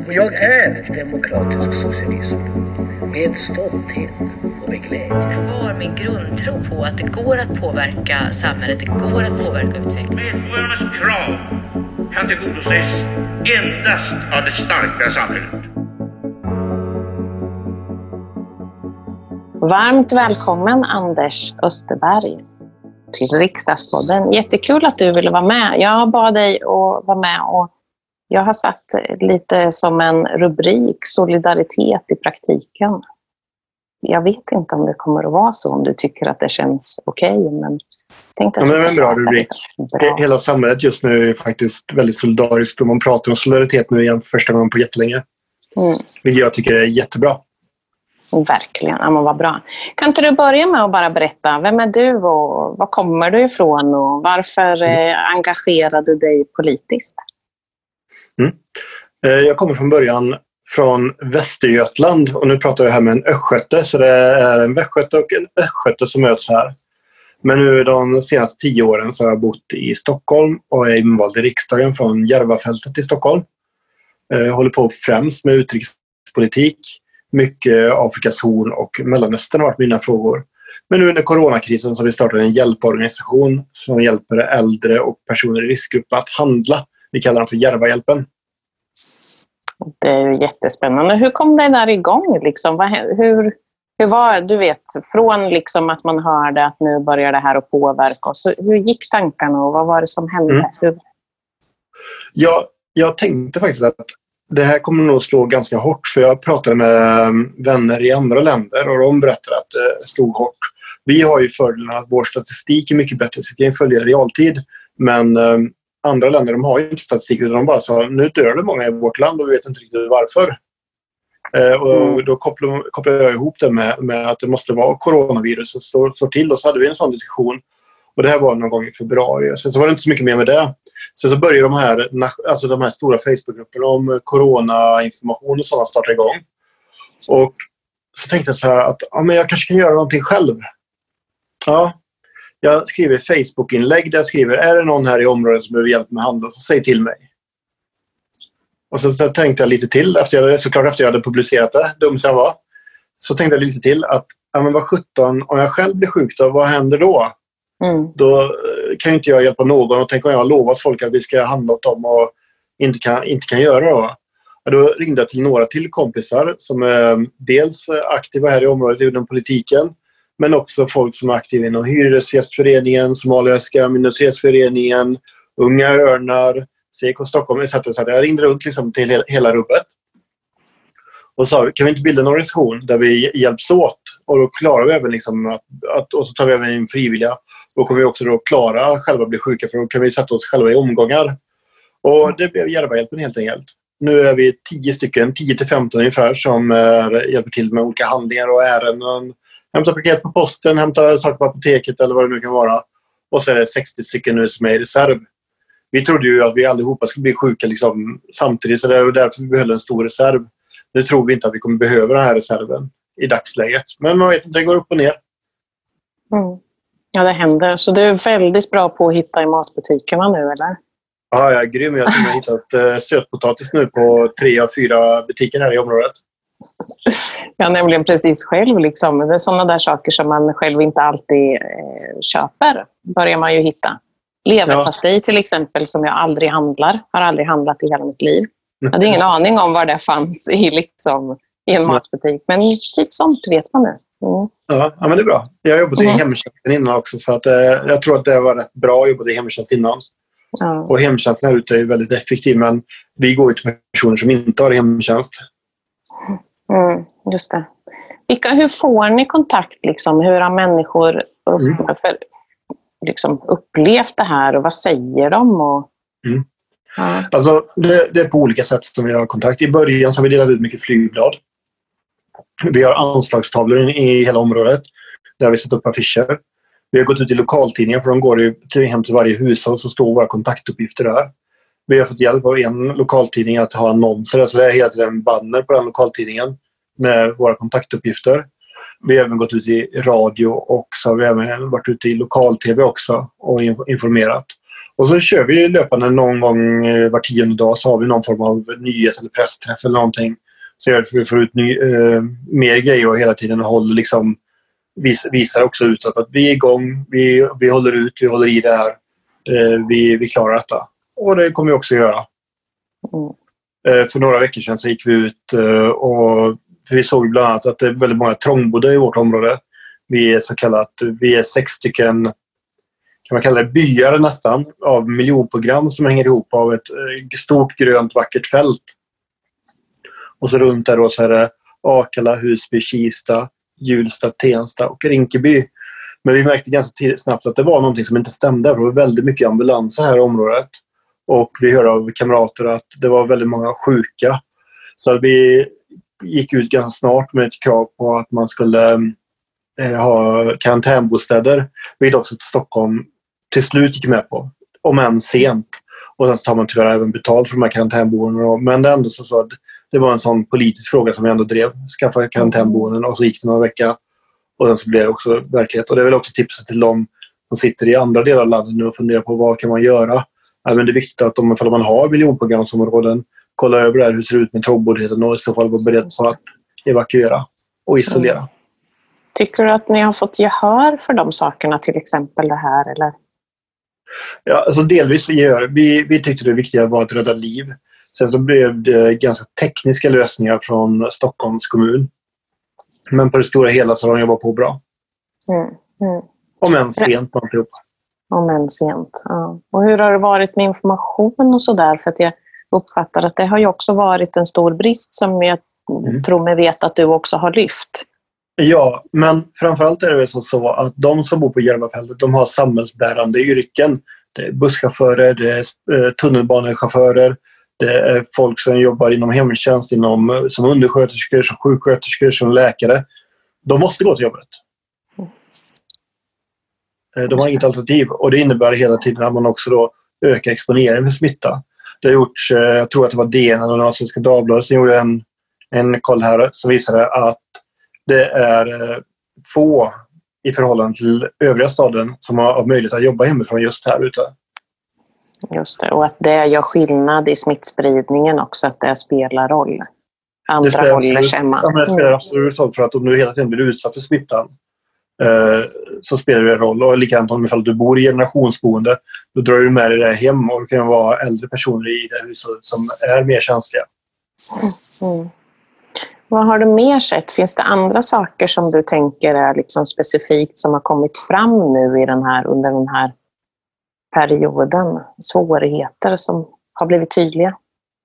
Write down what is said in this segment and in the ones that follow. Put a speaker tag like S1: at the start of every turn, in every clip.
S1: Och jag är demokratisk socialism med stolthet och med glädje.
S2: Kvar min grundtro på att det går att påverka samhället, det går att påverka utvecklingen.
S3: Medborgarnas krav kan tillgodoses endast av det starka samhället.
S4: Varmt välkommen Anders Österberg till Riksdagspodden. Jättekul att du ville vara med. Jag bad dig att vara med och jag har satt lite som en rubrik solidaritet i praktiken. Jag vet inte om det kommer att vara så, om du tycker att det känns okej, men tänkte att
S5: det är en bra rubrik. Bra. Hela samhället just nu är faktiskt väldigt solidariskt och man pratar om solidaritet nu igen för första gången på jättelänge. Vilket jag tycker är jättebra.
S4: Verkligen, ja, men vad bra. Kan inte du börja med att bara berätta, vem är du och var kommer du ifrån och varför engagerade du dig politiskt?
S5: Jag kommer från början från Västergötland och nu pratar jag här med en östgöte, så det är en västgöte och en östgöte som möts här. Men nu de senaste 10 åren så har jag bott i Stockholm och är invald i riksdagen från Järvafältet i Stockholm. Jag håller på främst med utrikespolitik. Mycket Afrikas horn och Mellanöstern har varit mina frågor. Men nu under coronakrisen så har vi startat en hjälporganisation som hjälper äldre och personer i riskgrupp att handla. Vi kallar den för Järvahjälpen.
S4: Det är ju jättespännande. Hur kom det där igång? Liksom? Hur var du vet, från liksom att man hörde att nu börjar det här att påverka oss. Hur gick tankarna och vad var det som hände?
S5: Jag tänkte faktiskt att det här kommer nog slå ganska hårt, för jag pratade med vänner i andra länder och de berättade att det slog hårt. Vi har ju fördelen att vår statistik är mycket bättre, så vi kan följa i realtid, men andra länder de har ju inte statistik utan de bara sa nu dör det många i vårt land och vi vet inte riktigt varför. Och då kopplar jag ihop det med att det måste vara coronaviruset som står till, och så hade vi en sån diskussion. Och det här var någon gång i februari. Sen så var det inte så mycket mer med det. Sen så började de här stora Facebookgrupperna om coronainformation och sådana starta igång. Och så tänkte jag så här att men jag kanske kan göra någonting själv. Ja, jag skriver Facebook-inlägg där jag skriver, är det någon här i området som behöver hjälp med handel så säg till mig. Och så tänkte jag lite till, efter jag hade publicerat det, dum som jag var. Så tänkte jag lite till att, men vad 17, om jag själv blir sjuk då, vad händer då? Då kan ju inte jag hjälpa någon, och tänk om jag har lovat folk att vi ska handla åt dem och inte kan göra det. Då ringde jag till några till kompisar som är dels aktiva här i området inom politiken, men också folk som är aktiva inom Hyresgästföreningen, Somaliska minoritetsföreningen, Unga Örnar, CK Stockholm etc. Jag ringde runt liksom till hela rubbet och sa, kan vi inte bilda en organisation där vi hjälps åt? Och då klarar vi även liksom och så tar vi även in frivilliga. Då kommer vi också då klara själva bli sjuka, för då kan vi sätta oss själva i omgångar. Och det blev Järvahjälpen helt enkelt. Nu är vi 10-15 ungefär som hjälper till med olika handlingar och ärenden. Hämtar paket på posten, hämtar saker på apoteket eller vad det nu kan vara. Och så är det 60 stycken nu som är i reserv. Vi trodde ju att vi allihopa skulle bli sjuka liksom samtidigt, så det är därför vi behöll en stor reserv. Nu tror vi inte att vi kommer behöva den här reserven i dagsläget. Men man vet inte, det går upp och ner.
S4: Ja, det händer. Så du är väldigt bra på att hitta i matbutikerna nu, eller?
S5: Ja, jag är grym. Jag har hittat sötpotatis nu på 3 av 4 butiker här i området.
S4: Jag nämligen precis själv. Liksom. Det är sådana där saker som man själv inte alltid köper. Börjar man ju hitta. Leverpastej till exempel, som jag aldrig handlar. Har aldrig handlat i hela mitt liv. Jag hade ingen aning om var det fanns i en matbutik. Men typ sånt vet man nu.
S5: Ja, men det är bra. Jag har jobbat i hemtjänsten innan också, så att, jag tror att det var rätt bra att jobba i hemtjänst innan. Och hemtjänsten här ute är väldigt effektiv, men vi går ju till personer som inte har hemtjänst.
S4: Just det. Hur får ni kontakt? Liksom? Hur har människor upplevt det här och vad säger de?
S5: Alltså, det är på olika sätt som vi har kontakt. I början så har vi delat ut mycket flygblad. Vi har anslagstavlor i hela området där vi sätter upp affischer. Vi har gått ut i lokaltidningar, för de går ju hem till varje hushåll, så står våra kontaktuppgifter där. Vi har fått hjälp av en lokaltidning att ha annonser, så det är hela tiden banner på den lokaltidningen med våra kontaktuppgifter. Vi har även gått ut i radio och så har vi även varit ute i lokal-tv också och informerat. Och så kör vi löpande någon gång var 10:e dag, så har vi någon form av nyhet eller pressträff eller någonting. Så gör vi får ut mer grejer och hela tiden håller liksom, visar också utåt att vi är igång, vi håller ut, vi håller i det här. Vi klarar detta. Och det kommer vi också göra. För några veckor sedan så gick vi ut och vi såg bland annat att det är väldigt många trångbodda i vårt område. Vi är 6 stycken, kan man kalla det, byar nästan, av miljonprogram som hänger ihop av ett stort grönt vackert fält. Och så runt där då så är det Akalla, Husby, Kista, Hjulsta, Tensta och Rinkeby. Men vi märkte ganska snabbt att det var någonting som inte stämde. Det var väldigt mycket ambulanser här i området. Och vi hörde av kamrater att det var väldigt många sjuka. Så vi gick ut ganska snart med ett krav på att man skulle ha karantänbostäder. Vilket också Stockholm till slut gick med på. Om än sent. Och sen så tar man tyvärr även betalt för de här karantänboendena. Men det ändå så att det var en sån politisk fråga som vi ändå drev. Skaffa karantänboenden och så gick det några veckor. Och sen så blev det också verklighet. Och det är väl också tipset till dem som sitter i andra delar av landet nu och funderar på vad kan man göra. Men det är viktigt att om man har miljonprogramsområden, kolla över det här, hur det ser ut med trångboddheten och i så fall vara beredd på att evakuera och isolera.
S4: Tycker du att ni har fått gehör för de sakerna, till exempel det här? Eller?
S5: Ja, alltså delvis vi tyckte det viktiga var att rädda liv. Sen så blev det ganska tekniska lösningar från Stockholms kommun. Men på det stora hela så har de jobbat på bra. Om än sent man tror.
S4: Om än sent, ja. Och hur har det varit med information och sådär? För att jag uppfattar att det har ju också varit en stor brist som jag tror mig vet att du också har lyft. Ja, men framförallt är det så att de som bor på Järvafältet, de har samhällsbärande yrken. Det är busschaufförer, det är tunnelbanechaufförer, det är folk som jobbar inom hemtjänst, som undersköterskor, som sjuksköterskor, som läkare. De måste gå till jobbet. De har inget alternativ och det innebär hela tiden att man också då ökar exponeringen för smitta. Det har gjorts, jag tror att det var DN eller någon Svenska Dagbladet som gjorde en koll här som visade att det är få i förhållande till övriga staden som har möjlighet att jobba hemifrån just här ute. Just det, och att det gör skillnad i smittspridningen också, att det spelar roll. Andra roller känner man. Det spelar absolut roll, för att om du hela tiden blir utsatt för smittan så spelar det roll. Och likadant om du bor i generationsboende, då drar du med dig det hem och det kan vara äldre personer i det huset som är mer känsliga. Vad har du mer sett? Finns det andra saker som du tänker är liksom specifikt som har kommit fram nu under den här perioden? Svårigheter som har blivit tydliga?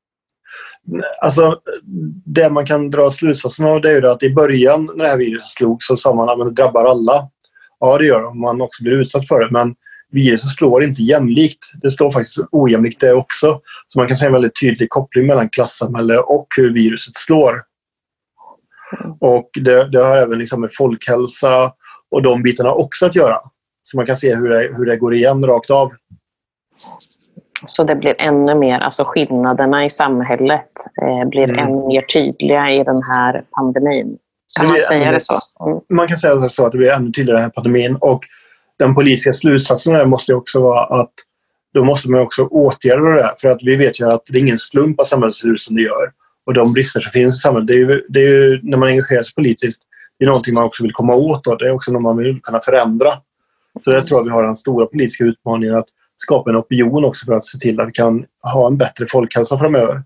S4: Alltså, det man kan dra slutsatsen av det är ju att i början när det här viruset slog så sa man att det drabbar alla. Ja, det gör det om man också blir utsatt för det. Men viruset slår inte jämlikt. Det slår faktiskt ojämlikt det också. Så man kan säga en väldigt tydlig koppling mellan klassamhälle och hur viruset slår. Och det har även liksom med folkhälsa och de bitarna också att göra. Så man kan se hur det går igen rakt av. Så det blir ännu mer, alltså skillnaderna i samhället blir ännu mer tydliga i den här pandemin. Kan man säga det så? Man kan säga det så, att det blir ännu tydligare i den här pandemin. Och den politiska slutsatsen där måste också vara att då måste man också åtgärda det här. För att vi vet ju att det är ingen slump att samhället ser ut som det gör. Och de brister som finns i samhället, det är ju när man engagerar sig politiskt, det är någonting man också vill komma åt. Och det är också något man vill kunna förändra. Så jag tror att vi har den stora politiska utmaningen att skapa en opinion också för att se till att vi kan ha en bättre folkhälsa framöver.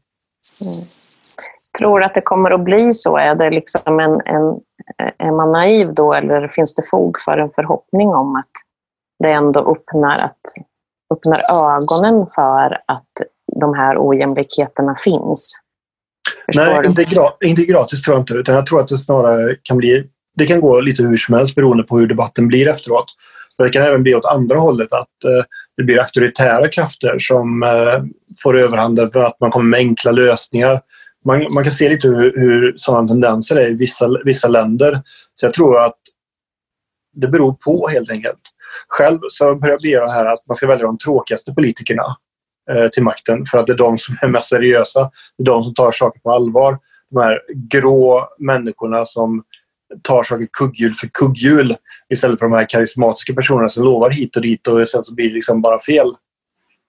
S4: Tror du att det kommer att bli så? Är det liksom är man naiv då, eller finns det fog för en förhoppning om att det ändå öppnar ögonen för att de här ojämlikheterna finns? Nej, inte gratis tror jag inte, utan jag tror att det snarare det kan gå lite hur som helst beroende på hur debatten blir efteråt. Så det kan även bli åt andra hållet, att det blir auktoritära krafter som får överhanden för att man kommer med enkla lösningar. Man kan se lite hur sådana tendenser är i vissa länder. Så jag tror att det beror på helt enkelt. Själv så börjar jag bli det här att man ska välja de tråkigaste politikerna till makten, för att det är de som är mest seriösa. Det är de som tar saker på allvar. De här grå människorna som tar saker kugghjul för kugghjul istället för de här karismatiska personerna som lovar hit och dit och sen så blir det liksom bara fel.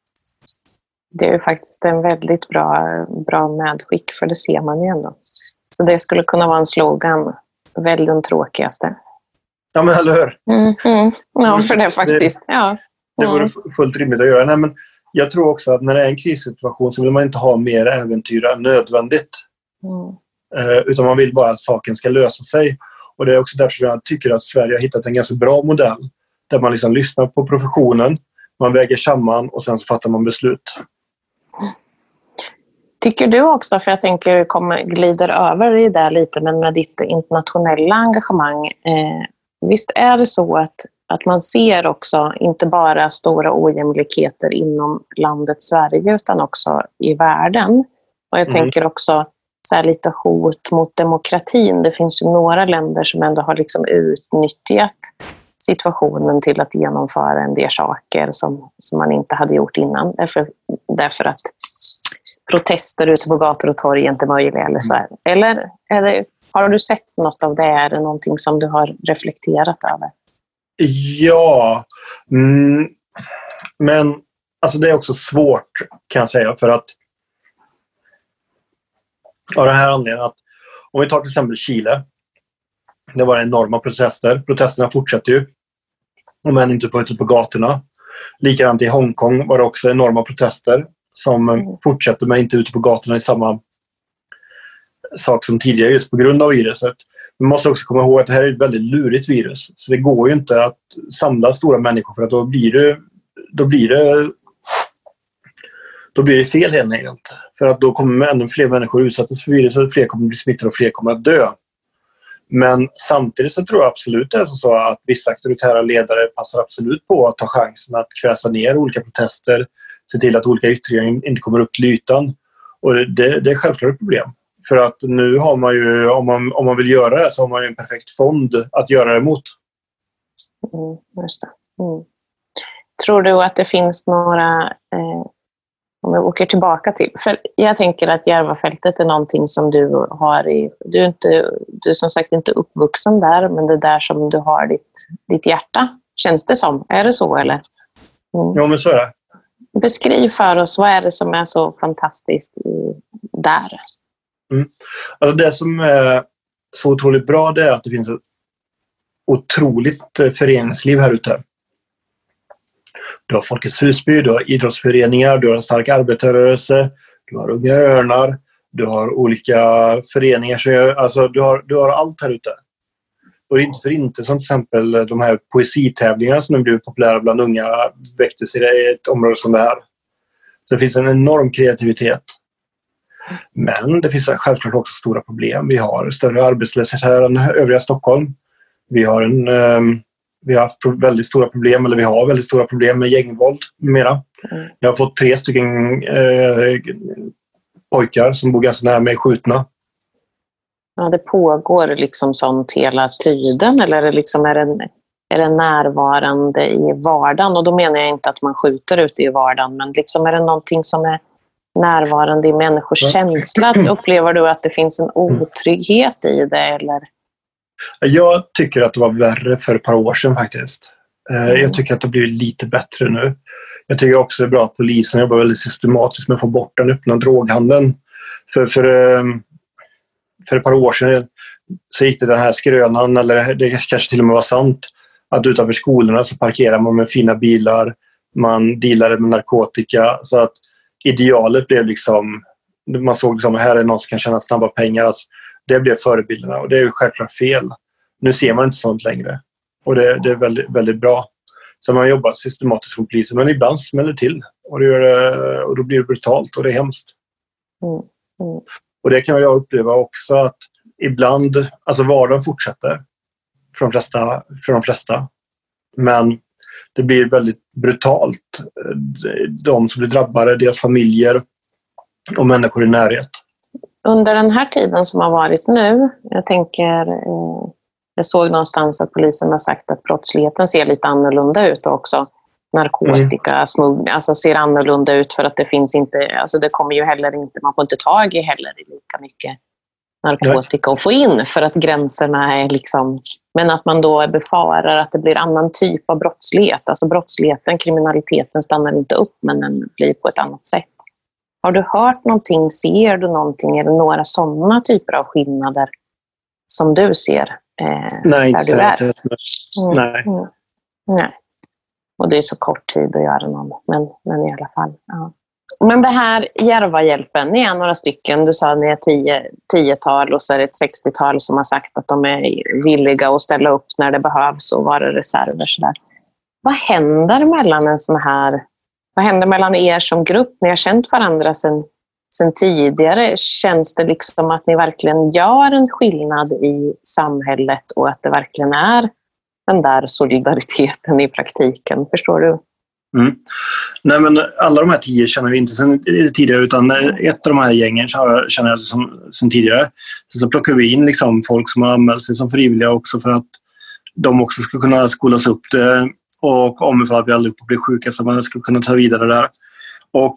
S4: Det är ju faktiskt en väldigt bra medskick, för det ser man ju ändå. Så det skulle kunna vara en slogan, välj den tråkigaste.
S5: Ja, men eller hur?
S4: Ja, för det faktiskt. Ja.
S5: Det vore fullt rimligt att göra. Nej, men jag tror också att när det är en krissituation så vill man inte ha mer äventyr än nödvändigt. Utan man vill bara att saken ska lösa sig. Och det är också därför jag tycker att Sverige har hittat en ganska bra modell. Där man liksom lyssnar på professionen, man väger samman och sen så fattar man beslut.
S4: Tycker du också, för jag tänker glider över i det lite, men med ditt internationella engagemang, visst är det så att man ser också inte bara stora ojämlikheter inom landet Sverige utan också i världen. Och jag tänker också så här lite hot mot demokratin. Det finns ju några länder som ändå har liksom utnyttjat situationen till att genomföra en del saker som man inte hade gjort innan. Därför att protester ute på gator och torg är inte möjliga eller så här. Eller har du sett något av det? Är det någonting som du har reflekterat över?
S5: Ja, men alltså det är också svårt kan jag säga, för att av den här anledningen att om vi tar till exempel Chile, det var enorma protester. Protesterna fortsätter ju, om än inte ute på gatorna. Likadant i Hongkong var det också enorma protester som fortsätter, men inte ute på gatorna i samma sak som tidigare just på grund av viruset. Vi måste också komma ihåg att det här är ett väldigt lurigt virus. Så det går ju inte att samla stora människor, för att då blir det fel helt enkelt. För att då kommer ännu fler människor utsättas för viruset, fler kommer bli smittade och fler kommer att dö. Men samtidigt så tror jag absolut det är så att vissa auktoritära ledare passar absolut på att ta chansen att kväsa ner olika protester, se till att olika yttringar inte kommer upp till ytan. Och det är självklart ett problem. För att nu har man ju, om man vill göra det, så har man ju en perfekt fond att göra det emot.
S4: Just det. Tror du att det finns några, om jag åker tillbaka till, för jag tänker att Järvafältet är någonting som du har du är som sagt inte uppvuxen där, men det är där som du har ditt hjärta, känns det som. Är det så eller?
S5: Ja, men så är det.
S4: Beskriv för oss, vad är det som är så fantastiskt där?
S5: Alltså det som är så otroligt bra, det är att det finns ett otroligt föreningsliv här ute. Du har Folkets Husby, du har idrottsföreningar, du har en stark arbetarrörelse, du har Unga Örnar, du har olika föreningar, alltså du har allt här ute. Och inte för inte som till exempel de här poesitävlingarna som nu blir populära bland unga väcktes i ett område som det här. Så det finns en enorm kreativitet. Men det finns självklart också stora problem. Vi har större arbetslöshet här än övriga Stockholm. Vi har haft väldigt stora problem, eller vi har väldigt stora problem med gängvåld mera. Jag har fått 3 pojkar som bor ganska nära mig skjutna.
S4: Ja, det pågår liksom sånt hela tiden, eller är det närvarande i vardagen? Och då menar jag inte att man skjuter ute i vardagen, men liksom är det någonting som är närvarande i människors känsla? Upplever du att det finns en otrygghet i det, eller? Jag
S5: tycker att det var värre för ett par år sedan faktiskt. Jag tycker att det har blivit lite bättre nu. Jag tycker också det är bra att polisen jobbar väldigt systematiskt med att få bort den öppna droghandeln. För ett par år sedan så gick det den här skrönan, eller det kanske till och med var sant, att utanför skolorna så parkerar man med fina bilar, man dealade med narkotika, så att idealet blev liksom, man såg liksom här är någon som kan tjäna snabba pengar, alltså, det blev förebilderna, och det är ju självklart fel. Nu ser man inte sånt längre, och det är väldigt, väldigt bra. Så man jobbar systematiskt från polisen, men ibland smäller det till, och då blir det brutalt och det är hemskt. Och det kan jag uppleva också, att ibland, alltså vardagen fortsätter för de flesta, men det blir väldigt brutalt. De som blir drabbade, deras familjer och människor i närhet.
S4: Under den här tiden som har varit nu, jag såg någonstans att polisen har sagt att brottsligheten ser lite annorlunda ut, och också narkotika, smuggling, alltså ser annorlunda ut, för att det finns inte, alltså det kommer ju heller inte, man får inte tag i heller lika mycket narkotika att få in, för att gränserna är liksom, men att man då befarar att det blir annan typ av brottslighet, alltså brottsligheten, kriminaliteten stannar inte upp, men den blir på ett annat sätt. Har du hört någonting? Ser du någonting? Är det några sådana typer av skillnader som du ser
S5: Nej, inte
S4: där du är?
S5: Nej.
S4: Nej. Och det är så kort tid att göra något. Men i alla fall. Ja. Men det här Järvahjälpen, ni är några stycken. Du sa att ni är 10-tal och så är det ett 60-tal som har sagt att de är villiga att ställa upp när det behövs och vara reserver. Så där. Vad händer mellan en sån här... Vad händer mellan er som grupp? Ni har känt varandra sedan tidigare. Känns det liksom att ni verkligen gör en skillnad i samhället och att det verkligen är den där solidariteten i praktiken? Förstår du?
S5: Mm. Nej, men alla de här 10 känner vi inte sedan tidigare, utan ett av de här gängen känner jag sedan tidigare. Så plockar vi in liksom folk som har anmält sig som frivilliga också för att de också ska kunna skolas upp det. Och om vi aldrig blir sjuka så man ska kunna ta vidare där. Och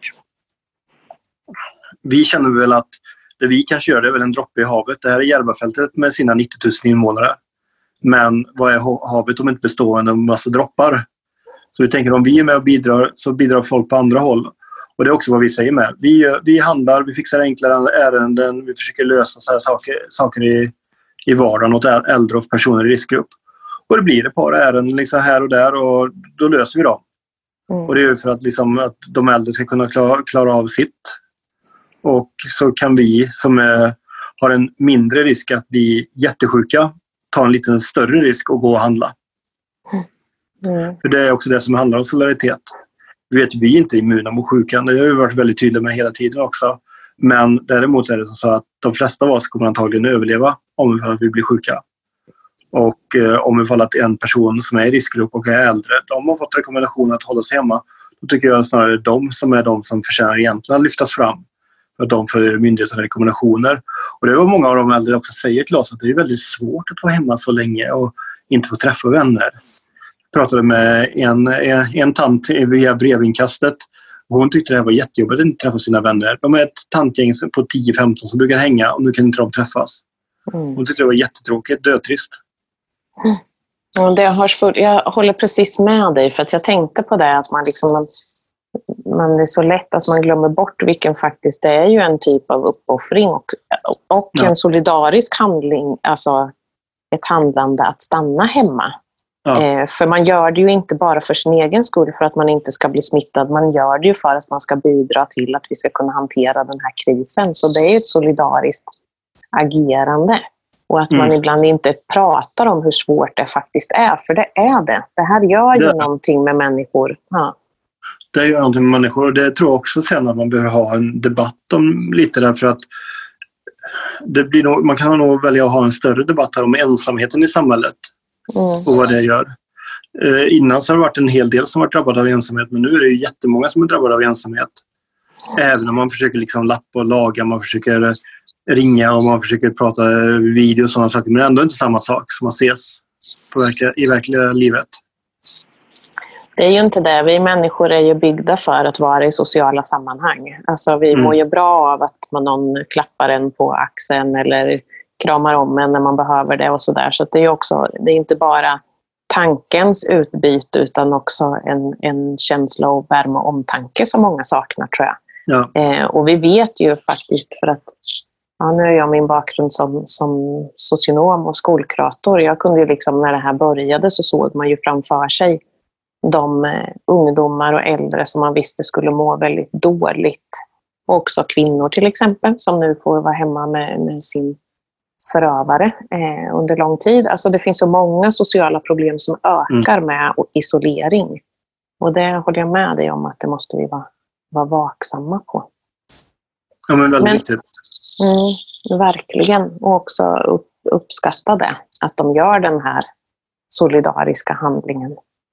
S5: vi känner väl att det vi kanske gör det är väl en droppe i havet. Det här är Järvafältet med sina 90 000 invånare. Men vad är havet om inte bestående av en massa droppar? Så vi tänker om vi är med och bidrar så bidrar folk på andra håll. Och det är också vad vi säger med. Vi handlar, vi fixar enklare ärenden, vi försöker lösa så här saker i vardagen åt äldre och personer i riskgrupp. Och det blir ett par ärenden liksom här och där och då löser vi dem. Och det är för att, liksom, att de äldre ska kunna klara av sitt. Och så kan vi som har en mindre risk att bli jättesjuka ta en lite större risk och gå och handla. För det är också det som handlar om solidaritet. Vi vet vi är inte immuna mot sjukan. Det har vi varit väldigt tydliga med hela tiden också. Men däremot är det så att de flesta av oss kommer antagligen överleva om vi blir sjuka. Och om vi får att en person som är i riskgrupp och är äldre, de har fått rekommendationer att hålla sig hemma. Då tycker jag snarare de som förtjänar egentligen att lyftas fram. För att de följer myndighetens rekommendationer. Och det är vad många av de äldre också säger till oss, att det är väldigt svårt att vara hemma så länge och inte få träffa vänner. Jag pratade med en tant via brevinkastet. Och hon tyckte det här var jättejobbigt att inte träffa sina vänner. De är ett tantgäng på 10-15 som brukar hänga och nu kan inte de träffas. Hon tyckte det var jättetråkigt, dötrist.
S4: Jag håller precis med dig, för att jag tänkte på det att man är så lätt att man glömmer bort vilken faktiskt det är ju en typ av uppoffring och en solidarisk handling, alltså ett handlande att stanna hemma. För man gör det ju inte bara för sin egen skull för att man inte ska bli smittad, man gör det ju för att man ska bidra till att vi ska kunna hantera den här krisen. Så det är ju ett solidariskt agerande. Och att man ibland inte pratar om hur svårt det faktiskt är. För det är det. Det här gör ju någonting med människor. Ja.
S5: Det gör någonting med människor. Och det tror jag också sen att man behöver ha en debatt om lite därför att man kan nog välja att ha en större debatt här om ensamheten i samhället. Och vad det gör. Innan så har det varit en hel del som varit drabbade av ensamhet. Men nu är det ju jättemånga som är drabbade av ensamhet. Även när man försöker liksom lappa och laga. Man försöker ringa och man försöker prata video och sådana saker. Men det är ändå inte samma sak som man ses i verkliga livet.
S4: Det är ju inte det. Vi människor är ju byggda för att vara i sociala sammanhang. Alltså vi mår ju bra av att någon klappar en på axeln eller kramar om en när man behöver det och sådär. Så det är inte bara tankens utbyte utan också en känsla av värme och omtanke som många saknar, tror jag. Ja. Och vi vet ju faktiskt, för att nu är jag min bakgrund som socionom och skolkurator. Jag kunde ju liksom, när det här började så såg man ju framför sig de ungdomar och äldre som man visste skulle må väldigt dåligt. Och också kvinnor till exempel som nu får vara hemma med sin förövare under lång tid. Alltså det finns så många sociala problem som ökar med isolering. Och det håller jag med dig om att det måste vi vara vaksamma på.
S5: Ja, men väldigt viktigt.
S4: Verkligen. Och också uppskatta det. Att de gör den här solidariska handlingen.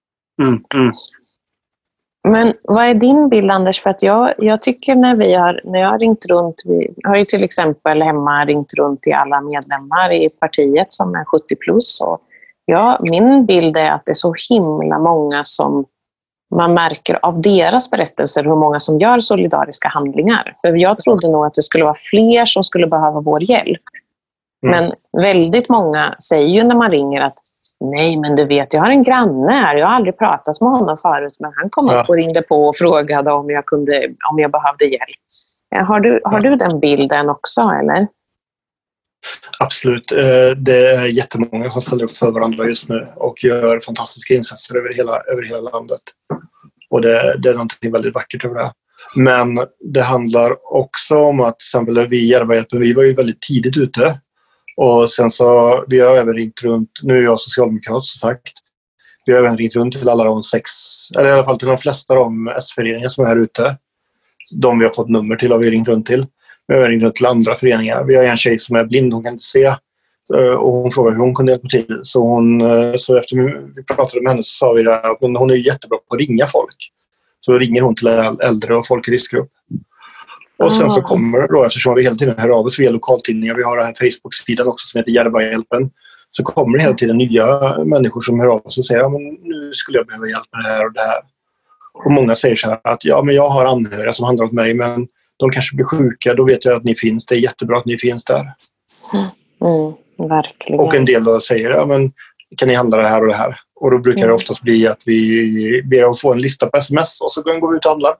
S4: Men vad är din bild, Anders? För att jag tycker när jag har ringt runt, vi har ju till exempel hemma ringt runt till alla medlemmar i partiet som är 70 plus. Och min bild är att det är så himla många som man märker av deras berättelser hur många som gör solidariska handlingar. För jag trodde nog att det skulle vara fler som skulle behöva vår hjälp. Men väldigt många säger ju när man ringer att nej, men du vet, jag har en granne här. Jag har aldrig pratat med honom förut, men han kom upp och ringde på och frågade om jag behövde hjälp. Har du den bilden också, eller?
S5: Absolut. Det är jättemånga som ställer upp för varandra just nu och gör fantastiska insatser över hela landet. Och det är någonting väldigt vackert över det. Men det handlar också om att till exempel vi i Järvahjälpen, vi var ju väldigt tidigt ute. Och sen så, vi har även ringt runt, nu är jag socialdemokrat så sagt. Vi har även ringt runt till alla de 6, eller i alla fall till de flesta av de S-föreningar som är här ute. De vi har fått nummer till har vi ringt runt till. Vi har ringt runt till andra föreningar. Vi har en tjej som är blind, hon kan inte se. Och hon frågade hur hon kunde hjälpa till. Så efter vi pratade med henne så sa vi att hon är jättebra på att ringa folk. Så ringer hon till äldre och folk i riskgrupp. Och sen så kommer det då, eftersom vi hela tiden hör av oss via lokaltidningar, vi har den här Facebook-sidan också som heter Järvahjälpen, så kommer det hela tiden nya människor som hör av oss och säger men nu skulle jag behöva hjälp med det här och det här. Och många säger så här att men jag har anhöriga som handlar om mig, men de kanske blir sjuka, då vet jag att ni finns, det är jättebra att ni finns där.
S4: Verkligen.
S5: Och en del då säger men kan ni handla det här och det här? Och då brukar det oftast bli att vi ber att få en lista på sms och så går vi ut och handlar.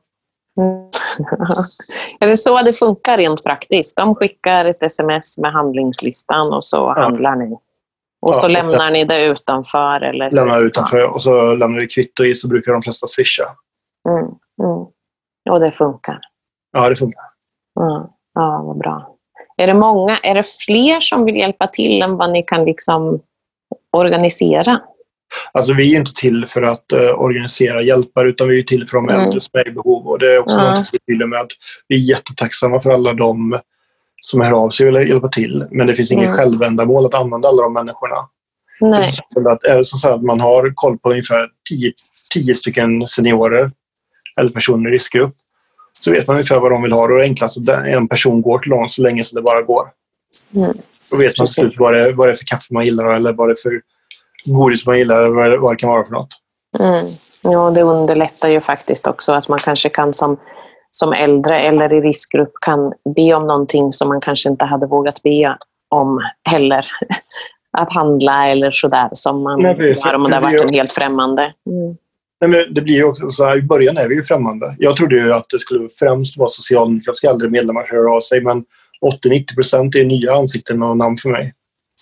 S4: Är det så det funkar rent praktiskt? De skickar ett sms med handlingslistan och så handlar ni. Och så lämnar ni det utanför? Eller?
S5: Lämnar utanför och så lämnar vi kvitto i, så brukar de flesta swisha.
S4: Och det funkar?
S5: Ja, det funkar.
S4: Ja, vad bra. Är det fler som vill hjälpa till än vad ni kan liksom organisera?
S5: Alltså vi är inte till för att organisera hjälpare, utan vi är till för de äldre som är i behov. Och det är också något som vi vill med att vi är jättetacksamma för alla de som hör av sig och vill hjälpa till. Men det finns inget självändamål att använda alla de människorna.
S4: Nej.
S5: Är det så att man har koll på ungefär 10 stycken seniorer eller personer i riskgrupp, så vet man ungefär vad de vill ha. Och det enklaste är att en person går till dem så länge som det bara går. Då vet man slut vad det är för kaffe man gillar eller vad det är för godis man gillar eller vad det kan vara för något.
S4: Ja, det underlättar ju faktiskt också att man kanske kan som äldre eller i riskgrupp kan be om någonting som man kanske inte hade vågat be om heller. Att handla eller sådär som man gör om det har varit en helt främmande.
S5: Nej, men det blir ju också så här, i början är vi ju främmande. Jag trodde ju att det skulle främst vara socialdemokratiska äldre medlemmar som hör av sig, men 80-90% är nya ansikten och namn för mig.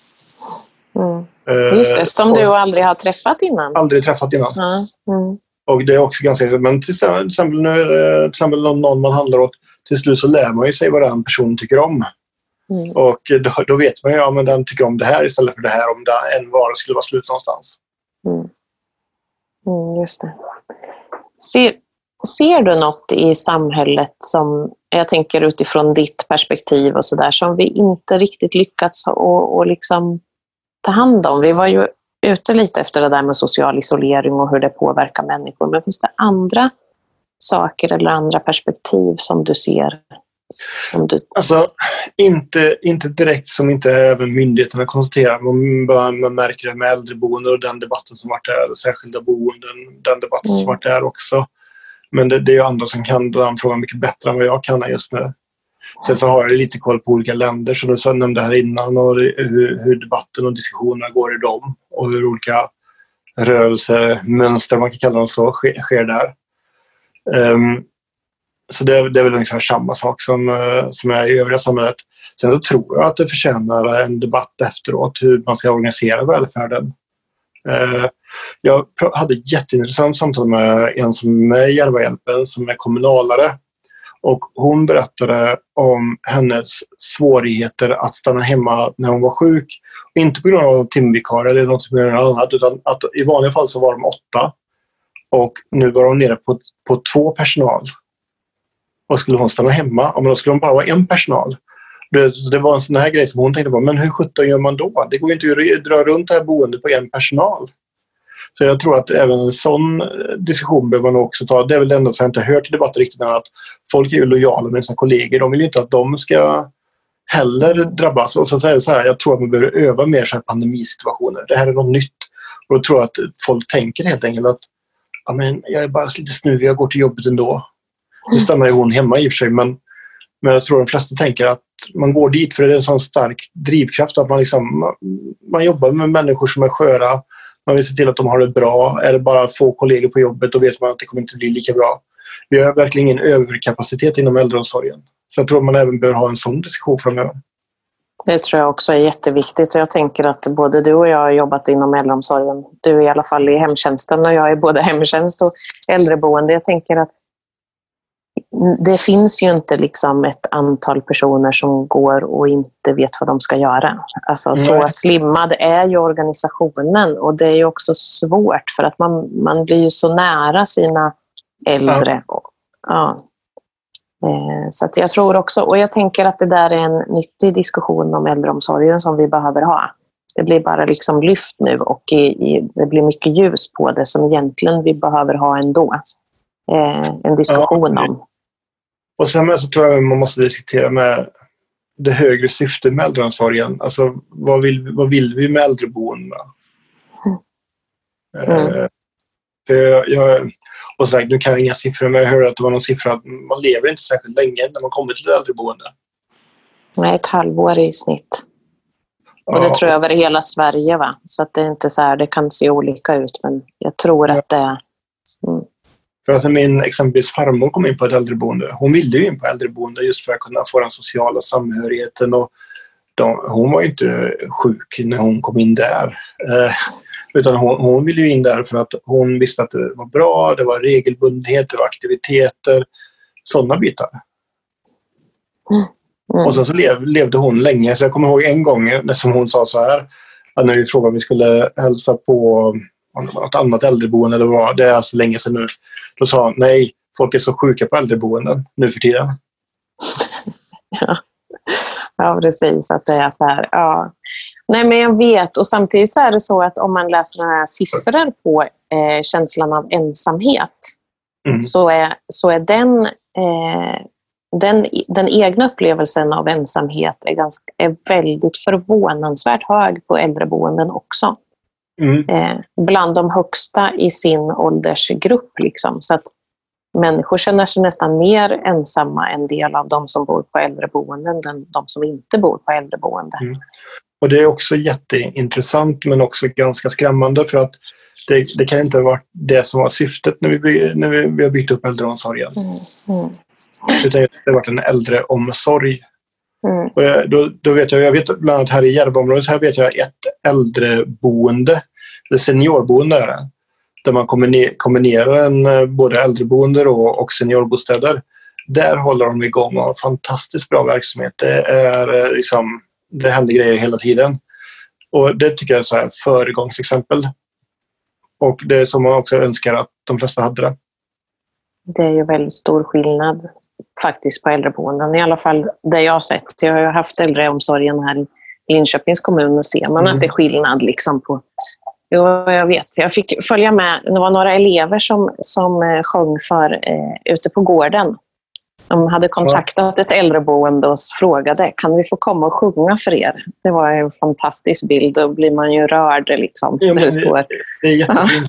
S4: Just det, som du aldrig har träffat innan.
S5: Aldrig träffat innan. Och det är också ganska... Men till exempel någon man handlar åt, till slut så lär man ju sig vad den personen tycker om. Och då vet man ju, men den tycker om det här istället för det här, om en vara skulle vara slut någonstans.
S4: Just det. Ser du något i samhället som, jag tänker utifrån ditt perspektiv och sådär, som vi inte riktigt lyckats och liksom ta hand om? Vi var ju ute lite efter det där med social isolering och hur det påverkar människor. Men finns det andra saker eller andra perspektiv som du ser?
S5: Alltså, inte direkt, som inte även myndigheterna konstaterar. Man märker det med äldreboende och den debatten som varit där, eller särskilda boenden, den debatten som varit där också. Men det är ju andra som kan den frågan mycket bättre än vad jag kan just nu. Sen så har jag lite koll på olika länder som du nämnde här innan, och hur debatten och diskussionerna går i dem och hur olika rörelsemönster, man kan kalla dem så, sker där. Så det är väl ungefär samma sak som är i övriga samhället. Sen så tror jag att det förtjänar en debatt efteråt hur man ska organisera välfärden. Jag hade ett jätteintressant samtal med en som är i Järvahjälpen som är kommunalare. Och hon berättade om hennes svårigheter att stanna hemma när hon var sjuk. Inte på grund av timvikar eller något som annat, utan att i vanliga fall så var de 8. Och nu var de nere på 2 personal. Och skulle hon stanna hemma, men då skulle de bara vara en personal. Det var en sån här grej som hon tänkte på. Men hur 17 gör man då? Det går ju inte att dra runt det här boendet på en personal. Så jag tror att även en sån diskussion behöver man också ta. Det är väl det enda som jag inte hört i debatten riktigt, att folk är ju lojala med sina kollegor. De vill ju inte att de ska heller drabbas. Och så är det så här, jag tror att man behöver öva mer så här pandemisituationer. Det här är något nytt. Och jag tror att folk tänker helt enkelt att jag är bara lite snuvig, jag går till jobbet ändå. Nu stannar ju hon hemma i och för sig, men jag tror de flesta tänker att man går dit för det är en sån stark drivkraft att man jobbar med människor som är sköra. Man vill se till att de har det bra. Är det bara få kollegor på jobbet, då vet man att det kommer inte bli lika bra. Vi har verkligen ingen överkapacitet inom äldreomsorgen. Så jag tror man även bör ha en sån diskussion framöver.
S4: Det tror jag också är jätteviktigt. Jag tänker att både du och jag har jobbat inom äldreomsorgen. Du är i alla fall i hemtjänsten och jag är både hemtjänst och äldreboende. Jag tänker att det finns ju inte liksom ett antal personer som går och inte vet vad de ska göra. Alltså, så slimmad är ju organisationen och det är ju också svårt för att man blir ju så nära sina äldre. Ja. Så att jag tror också, och jag tänker att det där är en nyttig diskussion om äldreomsorgen som vi behöver ha. Det blir bara liksom lyft nu och det blir mycket ljus på det som egentligen vi behöver ha ändå. En diskussion om.
S5: Och sen så tror jag man måste diskutera med det högre syftet med äldreomsorgen. Alltså vad vill vi med äldreboendena? Och så här, nu kan jag inga siffror, men jag hörde att det var någon siffra att man lever inte särskilt länge när man kommer till äldreboende.
S4: Nej, 1 halvår i snitt. Och det tror jag över hela Sverige, va? Så att det är inte så här, det kan se olika ut, men jag tror att det är...
S5: För att min exempelvis farmor kom in på ett äldreboende. Hon ville ju in på äldreboende just för att kunna få den sociala samhörigheten. Och hon var ju inte sjuk när hon kom in där. Utan hon ville ju in där för att hon visste att det var bra, det var regelbundenhet, det var aktiviteter. Sådana bitar. Och sen så levde hon länge. Så jag kommer ihåg en gång när hon sa så här. Att när vi frågade om vi skulle hälsa på något annat äldreboende eller vad det är så länge sedan nu. Då sa han, nej, folk är så sjuka på äldreboenden nu för tiden.
S4: Ja, precis. Att det är så här, ja. Nej, men jag vet. Och samtidigt så är det så att om man läser sådana här siffror på känslan av ensamhet så är den egna upplevelsen av ensamhet är väldigt förvånansvärt hög på äldreboenden också. Bland de högsta i sin åldersgrupp. Liksom. Så att människor känner sig nästan mer ensamma en del av de som bor på äldreboenden än de som inte bor på äldreboende.
S5: Och det är också jätteintressant men också ganska skrämmande för att det kan inte ha varit det som var syftet när vi har byggt upp äldreomsorgen. Utan det har varit en äldreomsorg. Och då vet jag vet bland annat här i Järvaområdet här vet jag ett äldreboende, eller seniorboende är det, där man kombinerar både äldreboende och seniorbostäder. Där håller de igång och har fantastiskt bra verksamhet. Det händer grejer hela tiden. Och det tycker jag är så här föregångsexempel. Och det är som man också önskar att de flesta hade det.
S4: Det är ju väldigt stor skillnad faktiskt på äldreboenden. I alla fall det jag har sett. Jag har ju haft äldreomsorgen här i Linköpings kommun och ser man att det är skillnad liksom på... Jo, jag vet. Jag fick följa med. Det var några elever som sjöng för ute på gården. De hade kontaktat ett äldreboende och frågade, kan vi få komma och sjunga för er? Det var en fantastisk bild. Då blir man ju rörd liksom.
S5: Ja, det är jättefint.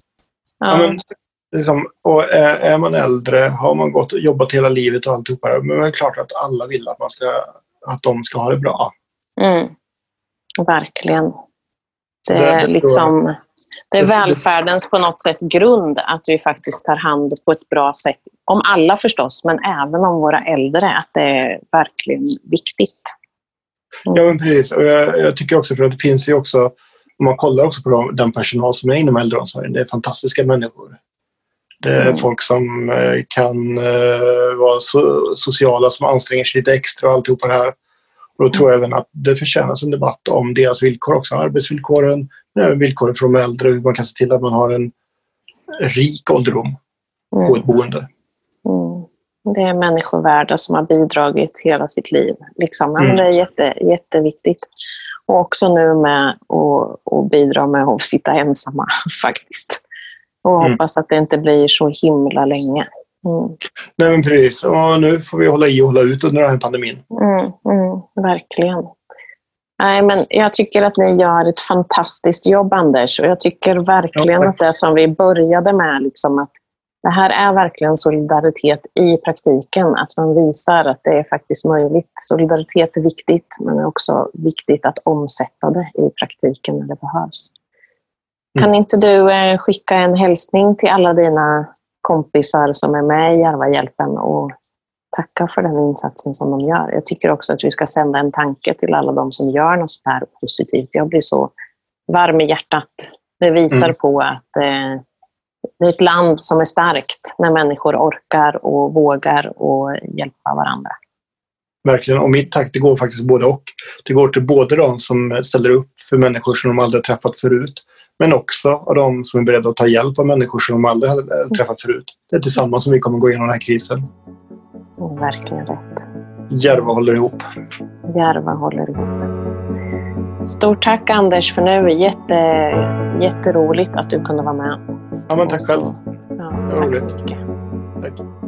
S5: Och är man äldre, har man jobbat hela livet och alltihopa. Men det är klart att alla vill att de ska ha det bra.
S4: Verkligen. Det är välfärdens på något sätt grund att vi faktiskt tar hand på ett bra sätt. Om alla förstås, men även om våra äldre, att det är verkligen viktigt.
S5: Ja, men precis. Och jag tycker också för att det finns ju också, om man kollar också på den personal som är inom äldreomsorgen, det är fantastiska människor. Det är folk som kan vara sociala, som anstränger sig lite extra och alltihopa det här. Och då tror jag även att det förtjänas en debatt om deras villkor också. Arbetsvillkoren, men även villkoren för de äldre. Hur man kan se till att man har en rik ålderdom på ett boende.
S4: Det är människovärda som har bidragit hela sitt liv. Liksom. Men det är jätteviktigt. Och också nu med att bidra med att sitta ensamma faktiskt. Och hoppas att det inte blir så himla länge.
S5: Nej, men precis. Och nu får vi hålla i och hålla ut under den här pandemin.
S4: Verkligen. Nej, men jag tycker att ni gör ett fantastiskt jobb, Anders. Och jag tycker verkligen att det som vi började med, liksom, att det här är verkligen solidaritet i praktiken. Att man visar att det är faktiskt möjligt. Solidaritet är viktigt, men det är också viktigt att omsätta det i praktiken när det behövs. Kan inte du skicka en hälsning till alla dina kompisar som är med i Järvahjälpen och tacka för den insatsen som de gör. Jag tycker också att vi ska sända en tanke till alla de som gör något så här positivt. Jag blir så varm i hjärtat. Det visar på att det är ett land som är starkt när människor orkar och vågar och hjälpa varandra.
S5: Verkligen, och mitt tack det går faktiskt både och. Det går till både de som ställer upp för människor som de aldrig har träffat förut, men också av de som är beredda att ta hjälp av människor som de aldrig har träffat förut. Det är tillsammans som vi kommer gå igenom den här krisen.
S4: Verkligen rätt.
S5: Järva håller ihop.
S4: Järva håller ihop. Stort tack Anders för nu. Jätteroligt att du kunde vara med.
S5: Ja, men tack själv.
S4: Ja, tack så mycket.
S5: Tack.